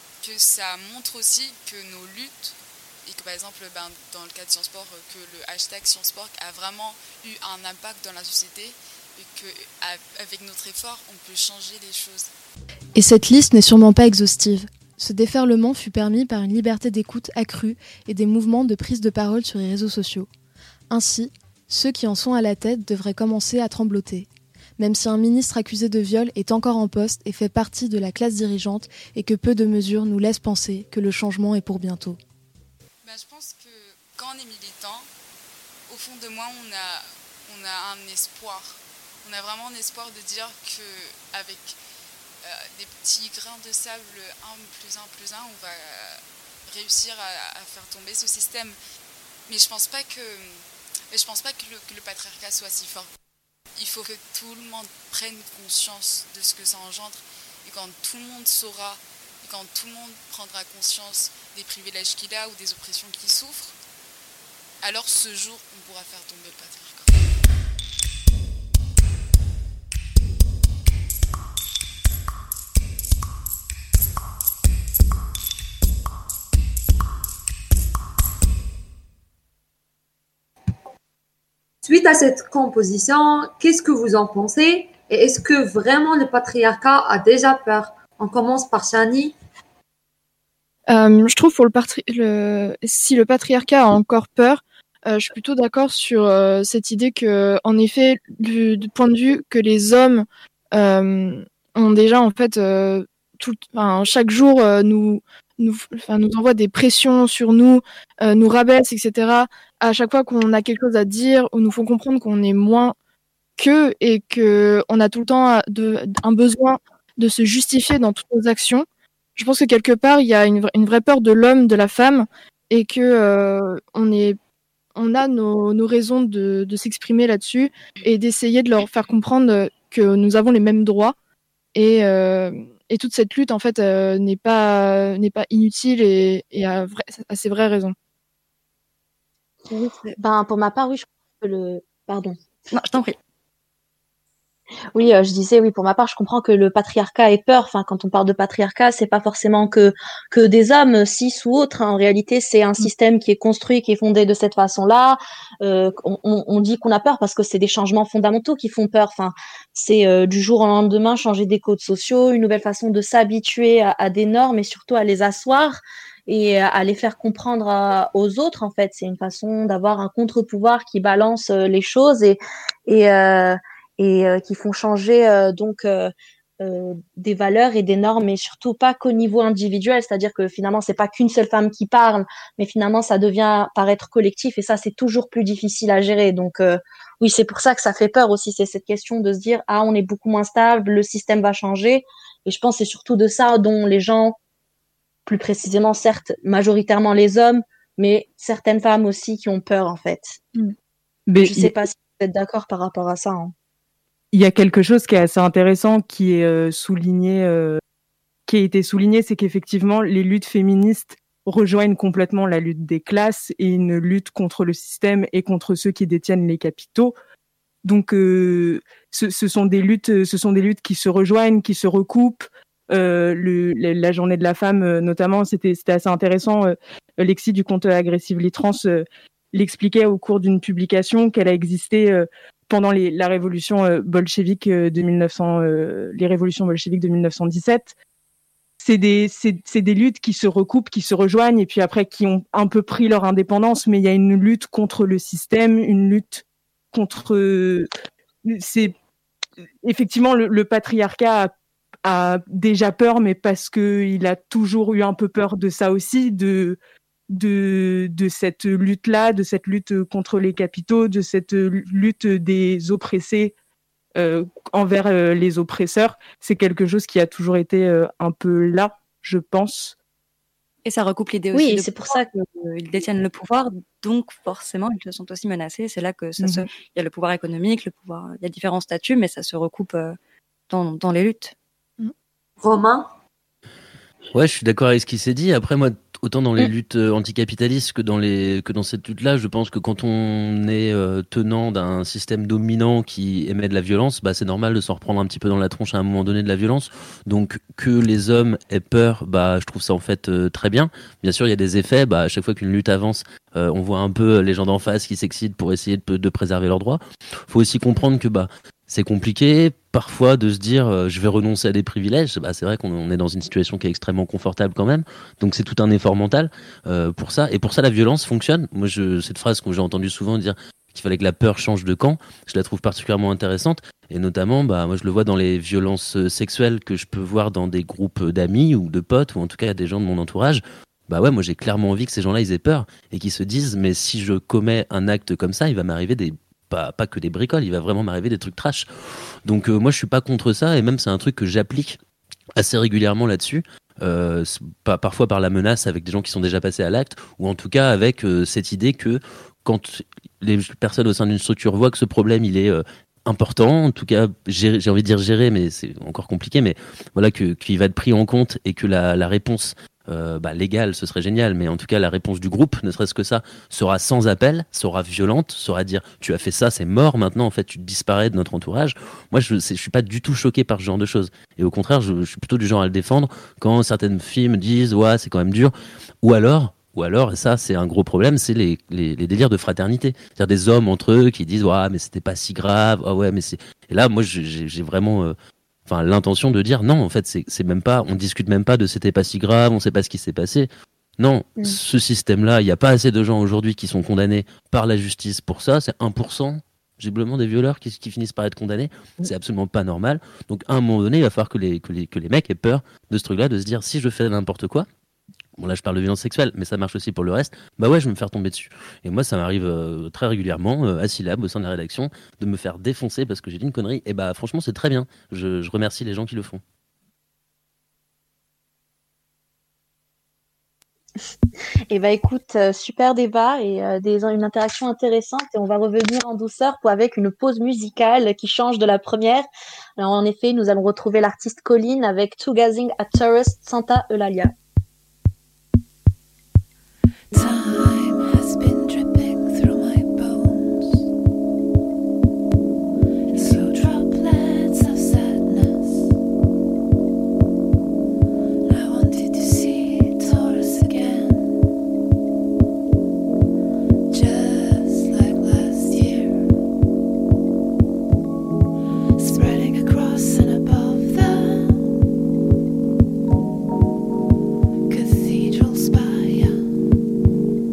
ça montre aussi que nos luttes, et que par exemple dans le cas de Sciences Po, que le hashtag Sciences Po a vraiment eu un impact dans la société et qu'avec notre effort, on peut changer les choses. Et cette liste n'est sûrement pas exhaustive. Ce déferlement fut permis par une liberté d'écoute accrue et des mouvements de prise de parole sur les réseaux sociaux. Ainsi, ceux qui en sont à la tête devraient commencer à trembloter. Même si un ministre accusé de viol est encore en poste et fait partie de la classe dirigeante et que peu de mesures nous laissent penser que le changement est pour bientôt. Je pense que quand on est militant, au fond de moi, on a un espoir. On a vraiment un espoir de dire qu'avec des petits grains de sable, 1 + 1 + 1, on va réussir à faire tomber ce système. Mais je pense pas que le patriarcat soit si fort. Il faut que tout le monde prenne conscience de ce que ça engendre. Et quand tout le monde saura, et quand tout le monde prendra conscience des privilèges qu'il a ou des oppressions qu'il souffre, alors ce jour, on pourra faire tomber le patriarcat. Suite à cette composition, qu'est-ce que vous en pensez? Et est-ce que vraiment le patriarcat a déjà peur? On commence par Shani. Je trouve si le patriarcat a encore peur, je suis plutôt d'accord sur cette idée que, en effet, du point de vue que les hommes ont déjà en fait chaque jour nous envoie des pressions sur nous, nous rabaissent, etc. À chaque fois qu'on a quelque chose à dire, ou nous font comprendre qu'on est moins qu'eux et que on a tout le temps un besoin de se justifier dans toutes nos actions. Je pense que quelque part il y a une vraie peur de l'homme, de la femme, et que on a nos raisons de s'exprimer là-dessus et d'essayer de leur faire comprendre que nous avons les mêmes droits et toute cette lutte en fait n'est pas inutile et a ses vraies raisons. Pour ma part, oui, je pense que Pardon. Non, je t'en prie. Oui, je disais, oui, pour ma part, je comprends que le patriarcat ait peur. Enfin, quand on parle de patriarcat, c'est pas forcément que des hommes, cis ou autres. En réalité, c'est un système qui est construit, qui est fondé de cette façon-là. On dit qu'on a peur parce que c'est des changements fondamentaux qui font peur. Enfin, c'est du jour au lendemain changer des codes sociaux, une nouvelle façon de s'habituer à des normes et surtout à les asseoir et à les faire comprendre aux autres. En fait, c'est une façon d'avoir un contre-pouvoir qui balance les choses et qui font changer des valeurs et des normes, mais surtout pas qu'au niveau individuel, c'est-à-dire que finalement c'est pas qu'une seule femme qui parle, mais finalement ça devient paraître collectif et ça c'est toujours plus difficile à gérer. Donc oui, c'est pour ça que ça fait peur aussi, c'est cette question de se dire on est beaucoup moins stable, le système va changer, et je pense que c'est surtout de ça dont les gens, plus précisément certes majoritairement les hommes, mais certaines femmes aussi qui ont peur en fait. Mais je sais pas si vous êtes d'accord par rapport à ça. Il y a quelque chose qui est assez intéressant qui est qui a été souligné, c'est qu'effectivement les luttes féministes rejoignent complètement la lutte des classes et une lutte contre le système et contre ceux qui détiennent les capitaux. Donc ce sont des luttes qui se rejoignent, qui se recoupent. La journée de la femme notamment, c'était assez intéressant. Lexi du compte Aggressively Trans l'expliquait au cours d'une publication qu'elle a existé pendant la révolution bolchevique de 1900, les révolutions bolcheviques de 1917. C'est des luttes qui se recoupent, qui se rejoignent, et puis après qui ont un peu pris leur indépendance, mais il y a une lutte contre le système, une lutte contre... c'est effectivement le patriarcat a déjà peur, mais parce qu'il a toujours eu un peu peur de ça aussi, de cette lutte-là, de cette lutte contre les capitaux, de cette lutte des oppressés envers les oppresseurs. C'est quelque chose qui a toujours été un peu là, je pense. Et ça recoupe l'idée aussi c'est pour ça qu'ils détiennent le pouvoir, donc forcément ils se sont aussi menacés. C'est là que il y a le pouvoir économique, il y a différents statuts, mais ça se recoupe dans les luttes. Romain ? Ouais, je suis d'accord avec ce qui s'est dit. Après, moi, autant dans les luttes anticapitalistes que dans cette lutte-là, je pense que quand on est tenant d'un système dominant qui émet de la violence, c'est normal de s'en reprendre un petit peu dans la tronche à un moment donné de la violence. Donc que les hommes aient peur, je trouve ça en fait très bien. Bien sûr, il y a des effets. À chaque fois qu'une lutte avance, on voit un peu les gens d'en face qui s'excitent pour essayer de préserver leurs droits. Faut aussi comprendre que c'est compliqué parfois de se dire je vais renoncer à des privilèges. C'est vrai qu'on est dans une situation qui est extrêmement confortable quand même, donc c'est tout un effort mental pour ça, et pour ça la violence fonctionne. Moi cette phrase que j'ai entendu souvent dire qu'il fallait que la peur change de camp, je la trouve particulièrement intéressante, et notamment moi je le vois dans les violences sexuelles que je peux voir dans des groupes d'amis ou de potes, ou en tout cas des gens de mon entourage. Moi j'ai clairement envie que ces gens-là ils aient peur et qu'ils se disent mais si je commets un acte comme ça, il va m'arriver pas que des bricoles, il va vraiment m'arriver des trucs trash. Donc moi je suis pas contre ça, et même c'est un truc que j'applique assez régulièrement là-dessus, parfois par la menace avec des gens qui sont déjà passés à l'acte, ou en tout cas avec cette idée que quand les personnes au sein d'une structure voient que ce problème il est important, en tout cas j'ai envie de dire gérer, mais c'est encore compliqué, mais voilà qu'il va être pris en compte, et que la réponse légale, ce serait génial, mais en tout cas la réponse du groupe, ne serait-ce que ça, sera sans appel, sera violente, sera dire tu as fait ça, c'est mort maintenant, en fait tu disparais de notre entourage. Moi je suis pas du tout choqué par ce genre de choses, et au contraire je suis plutôt du genre à le défendre quand certaines filles me disent ouais c'est quand même dur, ou alors, et ça c'est un gros problème, c'est les délires de fraternité, c'est-à-dire des hommes entre eux qui disent ouais mais c'était pas si grave, ah ouais mais c'est... Et là moi j'ai vraiment enfin l'intention de dire non, en fait, c'est même pas, on discute même pas de c'était pas si grave, on sait pas ce qui s'est passé. Non, ce système-là, il n'y a pas assez de gens aujourd'hui qui sont condamnés par la justice pour ça. C'est 1%, visiblement, des violeurs qui finissent par être condamnés. C'est absolument pas normal. Donc, à un moment donné, il va falloir que les mecs aient peur de ce truc-là, de se dire, si je fais n'importe quoi, bon là je parle de violence sexuelle, mais ça marche aussi pour le reste, bah ouais, je vais me faire tomber dessus. Et moi, ça m'arrive très régulièrement, à Syllab, au sein de la rédaction, de me faire défoncer parce que j'ai dit une connerie. Et bah franchement, c'est très bien. Je remercie les gens qui le font. Et bah écoute, super débat et une interaction intéressante, et on va revenir en douceur avec une pause musicale qui change de la première. Alors en effet, nous allons retrouver l'artiste Colin avec Two Gazing at Tourist Santa Eulalia. Time has been dripping through my bones, and slow droplets of sadness. I wanted to see Taurus again, just like last year, spreading across and above the cathedral spire.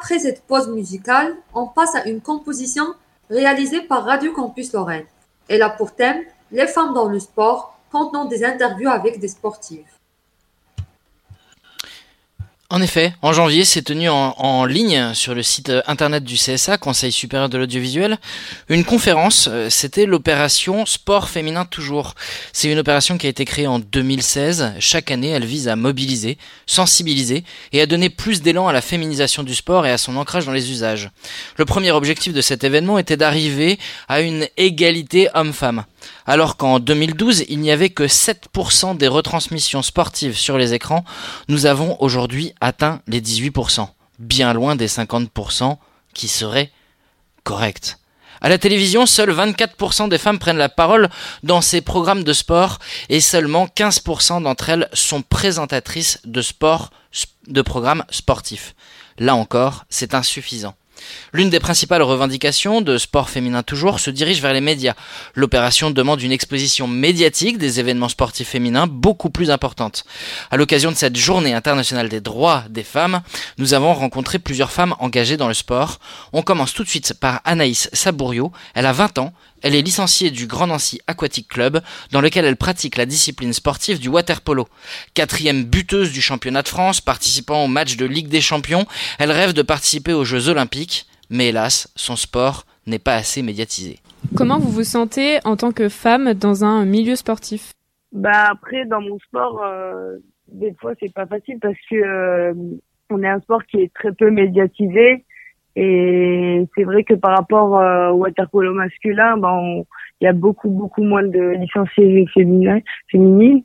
Après cette pause musicale, on passe à une composition réalisée par Radio Campus Lorraine. Elle a pour thème « Les femmes dans le sport », contenant des interviews avec des sportives. En effet, en janvier, s'est tenue en ligne sur le site internet du CSA, Conseil supérieur de l'audiovisuel, une conférence. C'était l'opération Sport féminin toujours. C'est une opération qui a été créée en 2016. Chaque année, elle vise à mobiliser, sensibiliser et à donner plus d'élan à la féminisation du sport et à son ancrage dans les usages. Le premier objectif de cet événement était d'arriver à une égalité homme-femme. Alors qu'en 2012, il n'y avait que 7% des retransmissions sportives sur les écrans, nous avons aujourd'hui atteint les 18%, bien loin des 50% qui seraient corrects. À la télévision, seuls 24% des femmes prennent la parole dans ces programmes de sport et seulement 15% d'entre elles sont présentatrices de programmes sportifs. Là encore, c'est insuffisant. L'une des principales revendications de Sport féminin toujours se dirige vers les médias. L'opération demande une exposition médiatique des événements sportifs féminins beaucoup plus importante. À l'occasion de cette journée internationale des droits des femmes, nous avons rencontré plusieurs femmes engagées dans le sport. On commence tout de suite par Anaïs Sabourio. Elle a 20 ans. Elle est licenciée du Grand Nancy Aquatic Club, dans lequel elle pratique la discipline sportive du water-polo. 4e buteuse du championnat de France, participant au match de Ligue des Champions, elle rêve de participer aux Jeux Olympiques, mais hélas, son sport n'est pas assez médiatisé. Comment vous vous sentez en tant que femme dans un milieu sportif ? Après, dans mon sport, des fois, c'est pas facile parce que on est un sport qui est très peu médiatisé. Et c'est vrai que par rapport au water-polo masculin, il y a beaucoup moins de licenciés féminines.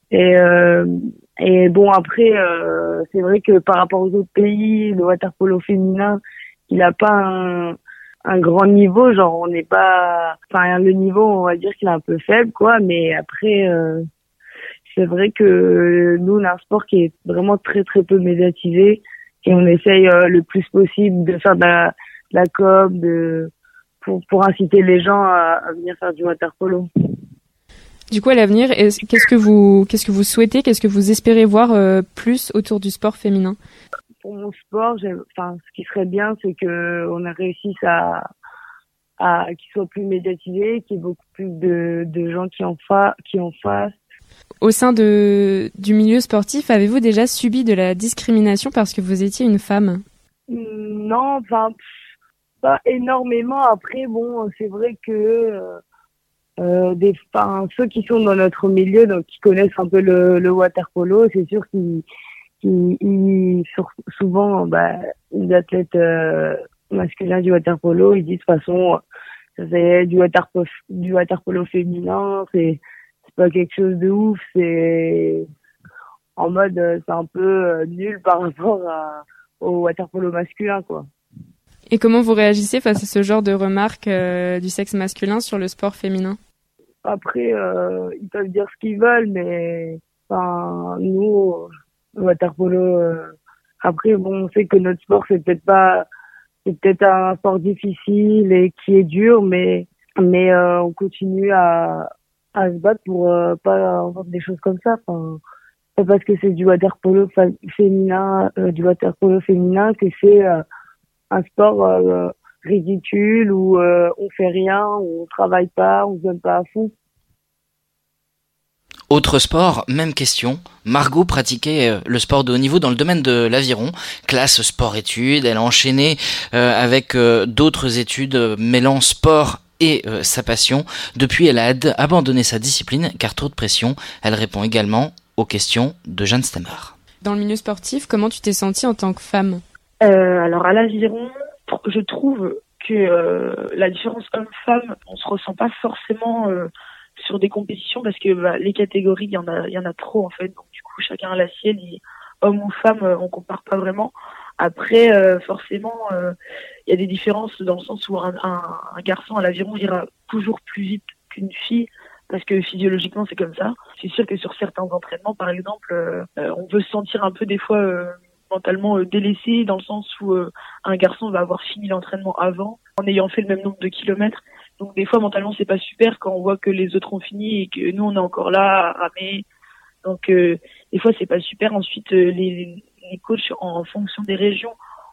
Et bon, après, c'est vrai que par rapport aux autres pays, le water-polo féminin, il a pas un grand niveau. Genre, on n'est pas, le niveau, on va dire qu'il est un peu faible, quoi. Mais après, c'est vrai que nous, on a un sport qui est vraiment très peu médiatisé. Et on essaye le plus possible de faire de la com, pour inciter les gens à venir faire du water-polo. Du coup, à l'avenir, qu'est-ce que vous souhaitez, qu'est-ce que vous espérez voir plus autour du sport féminin ? Pour mon sport, ce qui serait bien, c'est que on a réussi à qu'il soit plus médiatisé, qu'il y ait beaucoup plus de gens qui en fassent. Au sein du milieu sportif, avez-vous déjà subi de la discrimination parce que vous étiez une femme ? Non, pas énormément. Après, bon, c'est vrai que ceux qui sont dans notre milieu, donc qui connaissent un peu le water-polo, c'est sûr qu'ils souvent, les athlètes masculins du water-polo, ils disent de toute façon, c'est du water-polo féminin, c'est pas quelque chose de ouf, c'est en mode c'est un peu nul par rapport au water-polo masculin, quoi. Et comment vous réagissez face à ce genre de remarques du sexe masculin sur le sport féminin ? Après, ils peuvent dire ce qu'ils veulent, mais nous, le water-polo, après, bon, on sait que notre sport, c'est peut-être un sport difficile et qui est dur, mais on continue à se battre pour pas avoir des choses comme ça. Pas parce que c'est du water-polo féminin, que c'est un sport ridicule où on fait rien, où on travaille pas, on se donne pas à fond. Autre sport, même question. Margot pratiquait le sport de haut niveau dans le domaine de l'aviron, classe sport-études. Elle a enchaîné avec d'autres études mêlant sport et sa passion. Depuis, elle a abandonné sa discipline car trop de pression. Elle répond également aux questions de Jeanne Stemmer. Dans le milieu sportif, comment tu t'es sentie en tant que femme ? Alors à l'aviron, je trouve que la différence homme-femme, on se ressent pas forcément sur des compétitions parce que les catégories, il y en a trop en fait. Donc du coup, chacun a la sienne. Et homme ou femme, on compare pas vraiment. Après, forcément, il y a des différences dans le sens où un garçon à l'aviron ira toujours plus vite qu'une fille parce que physiologiquement c'est comme ça. C'est sûr que sur certains entraînements, par exemple, on peut se sentir un peu des fois mentalement délaissé dans le sens où un garçon va avoir fini l'entraînement avant en ayant fait le même nombre de kilomètres. Donc des fois mentalement c'est pas super quand on voit que les autres ont fini et que nous on est encore là à ramer. Donc des fois c'est pas super. Ensuite les coachs en fonction des régions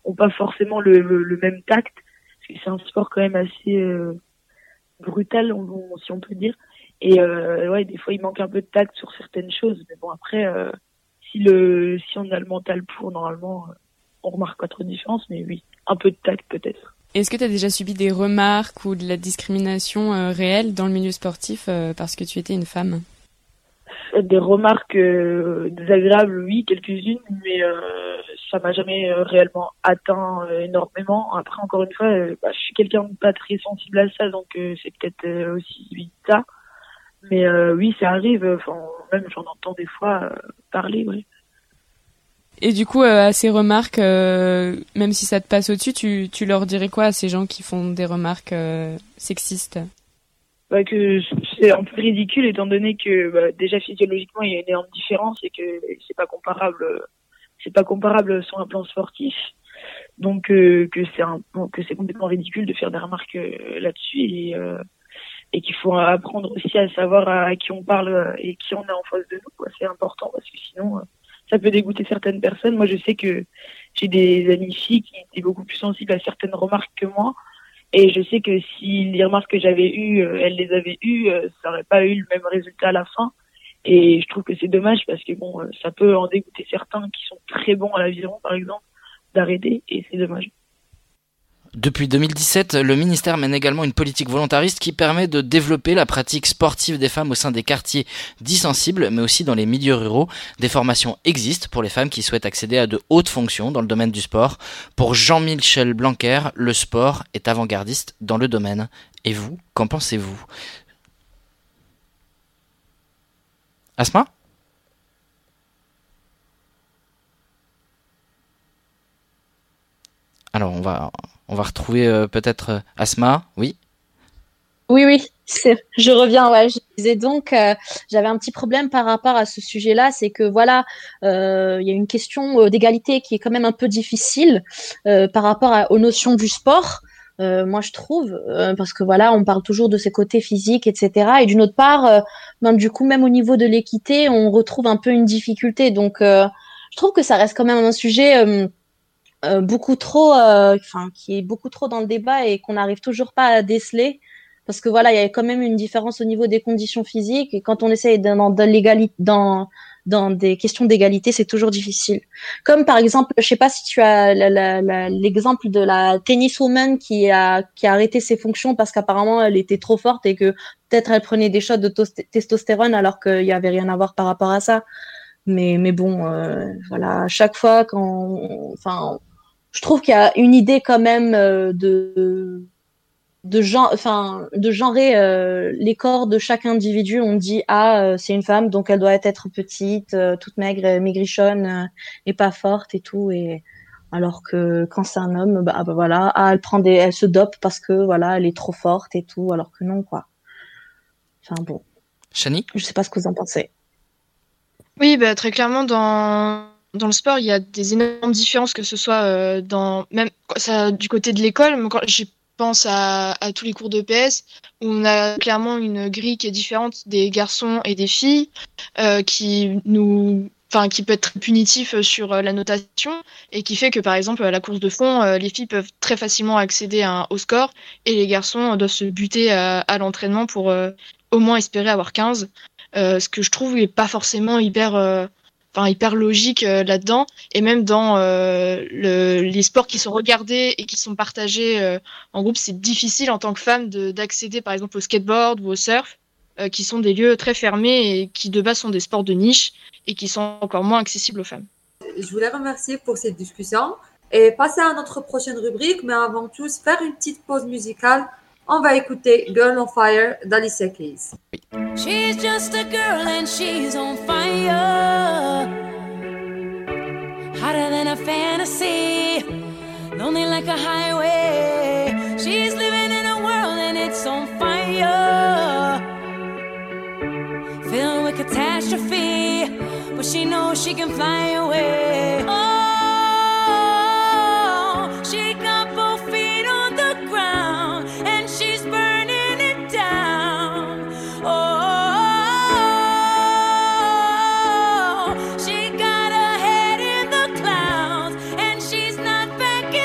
ont pas forcément le même tact, parce que c'est un sport quand même assez brutal, si on peut dire. Et ouais, des fois il manque un peu de tact sur certaines choses, mais bon après, si on a le mental pour, normalement, on remarque pas trop de différence, mais oui, un peu de tact peut-être. Est-ce que tu as déjà subi des remarques ou de la discrimination réelle dans le milieu sportif parce que tu étais une femme ? Des remarques désagréables, oui, quelques-unes, mais ça m'a jamais réellement atteint énormément. Après, encore une fois, je suis quelqu'un de pas très sensible à ça, donc c'est peut-être aussi ça. Mais oui, ça arrive. Enfin, même j'en entends des fois parler, ouais. Et du coup, à ces remarques, même si ça te passe au-dessus, tu leur dirais quoi à ces gens qui font des remarques sexistes ? Que c'est un peu ridicule étant donné que déjà physiologiquement il y a une énorme différence et que c'est pas comparable sur un plan sportif, donc que c'est complètement ridicule de faire des remarques là-dessus et qu'il faut apprendre aussi à savoir à qui on parle et qui on a en face de nous, quoi. C'est important parce que sinon ça peut dégoûter certaines personnes. Moi je sais que j'ai des amies filles qui étaient beaucoup plus sensibles à certaines remarques que moi. Et je sais que si les remarques que j'avais eues, elles les avaient eues, ça n'aurait pas eu le même résultat à la fin. Et je trouve que c'est dommage parce que bon, ça peut en dégoûter certains qui sont très bons à l'aviron, par exemple, d'arrêter, et c'est dommage. Depuis 2017, le ministère mène également une politique volontariste qui permet de développer la pratique sportive des femmes au sein des quartiers dits sensibles, mais aussi dans les milieux ruraux. Des formations existent pour les femmes qui souhaitent accéder à de hautes fonctions dans le domaine du sport. Pour Jean-Michel Blanquer, le sport est avant-gardiste dans le domaine. Et vous, qu'en pensez-vous ? Asma ? Alors, on va retrouver peut-être Asma, oui. Oui, je reviens. Ouais, je disais donc, j'avais un petit problème par rapport à ce sujet-là, c'est que voilà, il y a une question d'égalité qui est quand même un peu difficile par rapport aux notions du sport. Moi, je trouve, parce que voilà, on parle toujours de ses côtés physiques, etc. Et d'une autre part, du coup, même au niveau de l'équité, on retrouve un peu une difficulté. Donc, je trouve que ça reste quand même un sujet beaucoup trop, qui est beaucoup trop dans le débat et qu'on n'arrive toujours pas à déceler, parce que voilà, il y a quand même une différence au niveau des conditions physiques, et quand on essaye dans des questions d'égalité, c'est toujours difficile. Comme par exemple, je sais pas si tu as l'exemple de la tenniswoman qui a arrêté ses fonctions parce qu'apparemment elle était trop forte et que peut-être elle prenait des shots de testostérone alors qu'il y avait rien à voir par rapport à ça. Mais bon, voilà, à chaque fois je trouve qu'il y a une idée quand même de genrer les corps de chaque individu. On dit c'est une femme donc elle doit être petite, toute maigre, maigrichonne et pas forte et tout, et alors que quand c'est un homme, voilà, elle se dope parce que voilà, elle est trop forte et tout, alors que non, quoi. Enfin bon. Chani ? Je sais pas ce que vous en pensez. Oui, très clairement dans le sport, il y a des énormes différences, que ce soit même ça du côté de l'école. Mais quand je pense à tous les cours de PS, où on a clairement une grille qui est différente des garçons et des filles, qui peut être très punitif sur la notation, et qui fait que par exemple à la course de fond, les filles peuvent très facilement accéder au score, et les garçons doivent se buter à l'entraînement pour au moins espérer avoir 15. Ce que je trouve n'est pas forcément hyper logique là-dedans, et même dans les sports qui sont regardés et qui sont partagés en groupe, c'est difficile en tant que femme d'accéder par exemple au skateboard ou au surf, qui sont des lieux très fermés et qui de base sont des sports de niche et qui sont encore moins accessibles aux femmes. Je voulais remercier pour cette discussion et passer à notre prochaine rubrique, mais avant tout, faire une petite pause musicale. On va écouter Girl on Fire d'Alicia Keys. She's just a girl and she's on fire, hotter than a fantasy, lonely like a highway. She's living in a world and it's on fire, filled with catastrophe, but she knows she can fly away. Oh, she got both feet on the ground and she's burning it down. Oh, she got her head in the clouds and she's not backing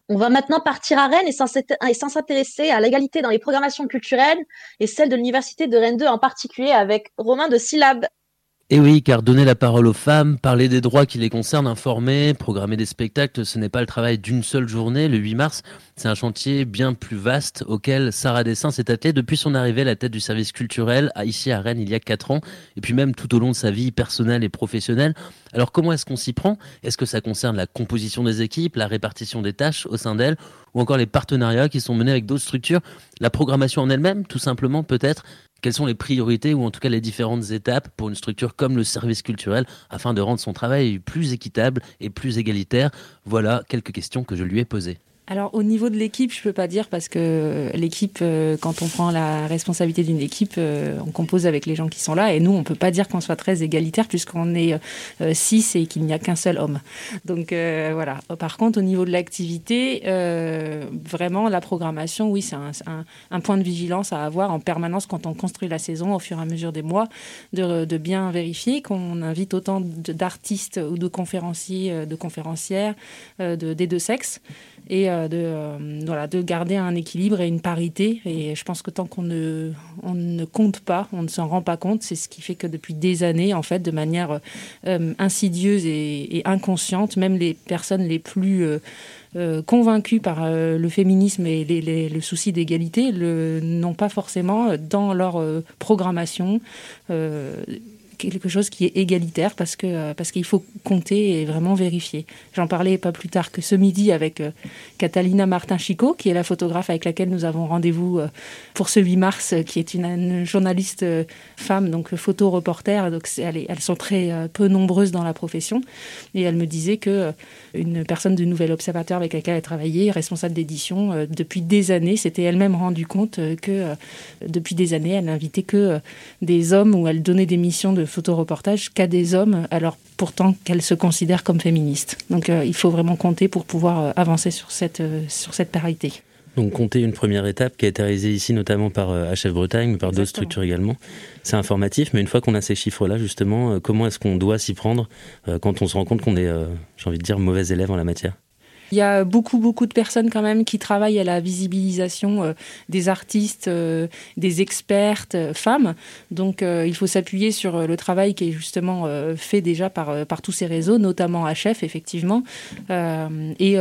On va maintenant partir à Rennes et s'intéresser à l'égalité dans les programmations culturelles et celle de l'Université de Rennes 2 en particulier avec Romain de Syllab. Et oui, car donner la parole aux femmes, parler des droits qui les concernent, informer, programmer des spectacles, ce n'est pas le travail d'une seule journée. Le 8 mars, c'est un chantier bien plus vaste auquel Sarah Dessin s'est attelée depuis son arrivée à la tête du service culturel ici à Rennes il y a 4 ans, et puis même tout au long de sa vie personnelle et professionnelle. Alors comment est-ce qu'on s'y prend ? Est-ce que ça concerne la composition des équipes, la répartition des tâches au sein d'elles, ou encore les partenariats qui sont menés avec d'autres structures, la programmation en elle-même, tout simplement peut-être ? Quelles sont les priorités ou en tout cas les différentes étapes pour une structure comme le service culturel afin de rendre son travail plus équitable et plus égalitaire ? Voilà quelques questions que je lui ai posées. Alors au niveau de l'équipe, je peux pas dire parce que l'équipe, quand on prend la responsabilité d'une équipe, on compose avec les gens qui sont là et nous, on peut pas dire qu'on soit très égalitaire puisqu'on est 6 et qu'il n'y a qu'un seul homme. Donc voilà. Par contre, au niveau de l'activité, vraiment la programmation, oui, c'est un point de vigilance à avoir en permanence quand on construit la saison au fur et à mesure des mois, de bien vérifier qu'on invite autant d'artistes ou de conférenciers, de conférencières des deux sexes. Et de garder un équilibre et une parité. Et je pense que tant qu'on ne compte pas, on ne s'en rend pas compte. C'est ce qui fait que depuis des années, en fait, de manière insidieuse et inconsciente, même les personnes les plus convaincues par le féminisme et le souci d'égalité n'ont pas forcément dans leur programmation quelque chose qui est égalitaire parce qu'il faut compter et vraiment vérifier. J'en parlais pas plus tard que ce midi avec Catalina Martin-Chico, qui est la photographe avec laquelle nous avons rendez-vous pour ce 8 mars, qui est une journaliste femme, donc photo-reporter. Donc elles sont très peu nombreuses dans la profession. Et elle me disait que une personne du Nouvel Observateur avec laquelle elle travaillait, responsable d'édition, depuis des années, s'était elle-même rendu compte que depuis des années, elle n'invitait que des hommes ou elle donnait des missions de photoreportage qu'à des hommes, alors pourtant qu'elle se considère comme féministe. Donc il faut vraiment compter pour pouvoir avancer sur cette parité. Donc compter une première étape qui a été réalisée ici notamment par HF Bretagne, mais par d'autres structures également. C'est informatif, mais une fois qu'on a ces chiffres-là, justement, comment est-ce qu'on doit s'y prendre quand on se rend compte qu'on est, j'ai envie de dire, mauvais élève en la matière ? Il y a beaucoup de personnes quand même qui travaillent à la visibilisation des artistes, des expertes femmes. Donc il faut s'appuyer sur le travail qui est justement fait déjà par tous ces réseaux, notamment HF effectivement, et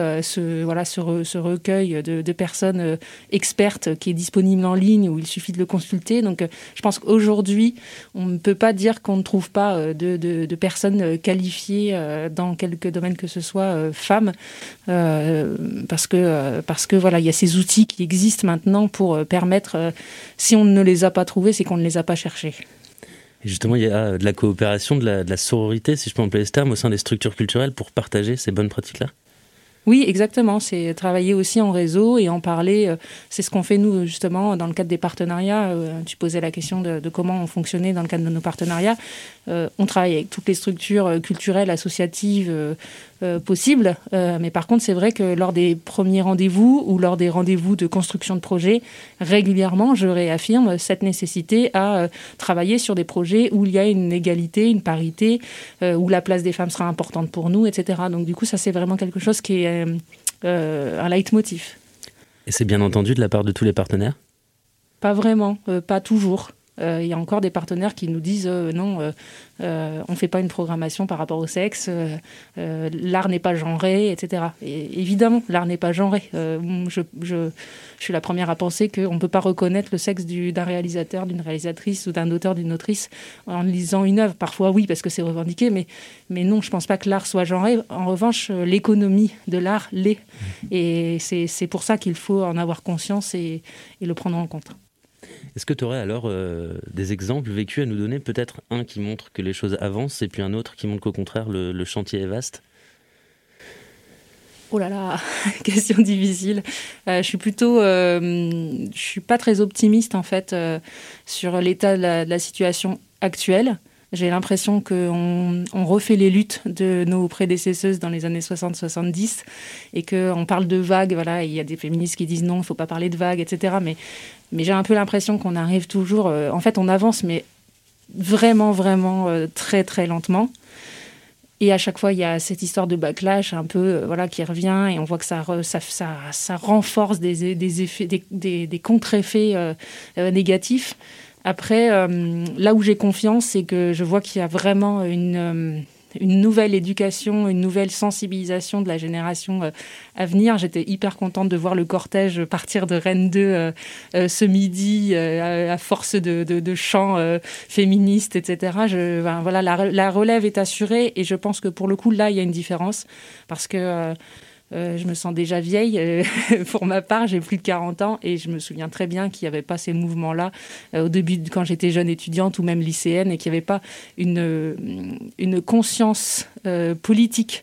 ce recueil de personnes expertes qui est disponible en ligne où il suffit de le consulter. Donc je pense qu'aujourd'hui on ne peut pas dire qu'on ne trouve pas de personnes qualifiées dans quelque domaine que ce soit femmes. Parce que voilà, il y a ces outils qui existent maintenant pour permettre, si on ne les a pas trouvés, c'est qu'on ne les a pas cherchés. Et justement, il y a de la coopération, de la sororité, si je peux employer ce terme, au sein des structures culturelles pour partager ces bonnes pratiques-là ? Oui, exactement. C'est travailler aussi en réseau et en parler. C'est ce qu'on fait, nous, justement, dans le cadre des partenariats. Tu posais la question de comment on fonctionnait dans le cadre de nos partenariats. On travaille avec toutes les structures culturelles, associatives possibles. Mais par contre, c'est vrai que lors des premiers rendez-vous ou lors des rendez-vous de construction de projets, régulièrement, je réaffirme cette nécessité à travailler sur des projets où il y a une égalité, une parité, où la place des femmes sera importante pour nous, etc. Donc du coup, ça, c'est vraiment quelque chose qui est un leitmotiv. Et c'est bien entendu de la part de tous les partenaires ? Pas vraiment, pas toujours. Il y a encore des partenaires qui nous disent non, on ne fait pas une programmation par rapport au sexe, l'art n'est pas genré, etc. Et évidemment, l'art n'est pas genré. Je suis la première à penser qu'on ne peut pas reconnaître le sexe d'un réalisateur, d'une réalisatrice ou d'un auteur, d'une autrice en lisant une œuvre. Parfois oui, parce que c'est revendiqué, mais non, je ne pense pas que l'art soit genré. En revanche, l'économie de l'art l'est. Et c'est pour ça qu'il faut en avoir conscience et le prendre en compte. Est-ce que tu aurais alors des exemples vécus à nous donner ? Peut-être un qui montre que les choses avancent et puis un autre qui montre qu'au contraire le chantier est vaste ? Oh là là, question difficile. Je suis pas très optimiste en fait sur l'état de la situation actuelle. J'ai l'impression qu'on refait les luttes de nos prédécesseuses dans les années 60-70 et qu'on parle de vagues. Voilà, il y a des féministes qui disent non, il ne faut pas parler de vagues, etc. Mais j'ai un peu l'impression qu'on arrive toujours... en fait, on avance, mais vraiment, vraiment très, très lentement. Et à chaque fois, il y a cette histoire de backlash un peu qui revient et on voit que ça renforce des effets, des contre-effets négatifs. Après, là où j'ai confiance, c'est que je vois qu'il y a vraiment une nouvelle éducation, une nouvelle sensibilisation de la génération à venir. J'étais hyper contente de voir le cortège partir de Rennes 2 ce midi à force de chants féministes, etc. La relève est assurée et je pense que pour le coup, là, il y a une différence parce que je me sens déjà vieille pour ma part, j'ai plus de 40 ans et je me souviens très bien qu'il n'y avait pas ces mouvements-là au début quand j'étais jeune étudiante ou même lycéenne et qu'il n'y avait pas une conscience politique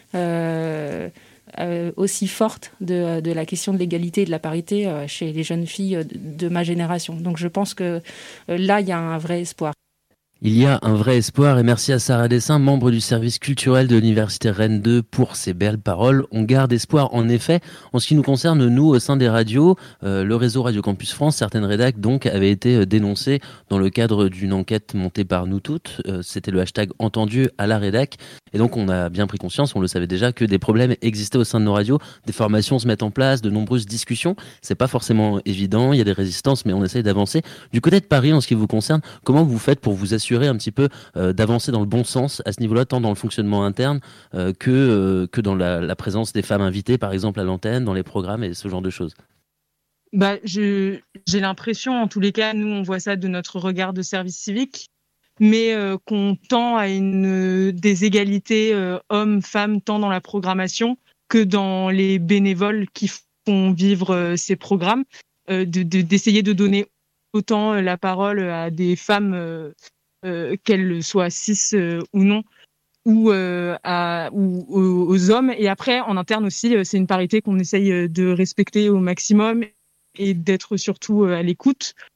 aussi forte de la question de l'égalité et de la parité chez les jeunes filles de ma génération. Donc je pense que là, il y a un vrai espoir. Il y a un vrai espoir et merci à Sarah Dessin, membre du service culturel de l'Université Rennes 2 pour ces belles paroles. On garde espoir en effet. En ce qui nous concerne, nous, au sein des radios, le réseau Radio Campus France, certaines rédacs donc avaient été dénoncées dans le cadre d'une enquête montée par nous toutes. C'était le hashtag entendu à la rédac. Et donc on a bien pris conscience, on le savait déjà, que des problèmes existaient au sein de nos radios. Des formations se mettent en place, de nombreuses discussions. C'est pas forcément évident, il y a des résistances, mais on essaye d'avancer. Du côté de Paris, en ce qui vous concerne, comment vous faites pour vous assurer un petit peu d'avancer dans le bon sens à ce niveau-là, tant dans le fonctionnement interne que dans la présence des femmes invitées, par exemple à l'antenne, dans les programmes et ce genre de choses? J'ai l'impression, en tous les cas, nous on voit ça de notre regard de service civique, mais qu'on tend à des égalités hommes-femmes tant dans la programmation que dans les bénévoles qui font vivre ces programmes, d'essayer de donner autant la parole à des femmes qu'elles soient cis ou non, ou aux hommes. Et après, en interne aussi, c'est une parité qu'on essaye de respecter au maximum et d'être surtout à l'écoute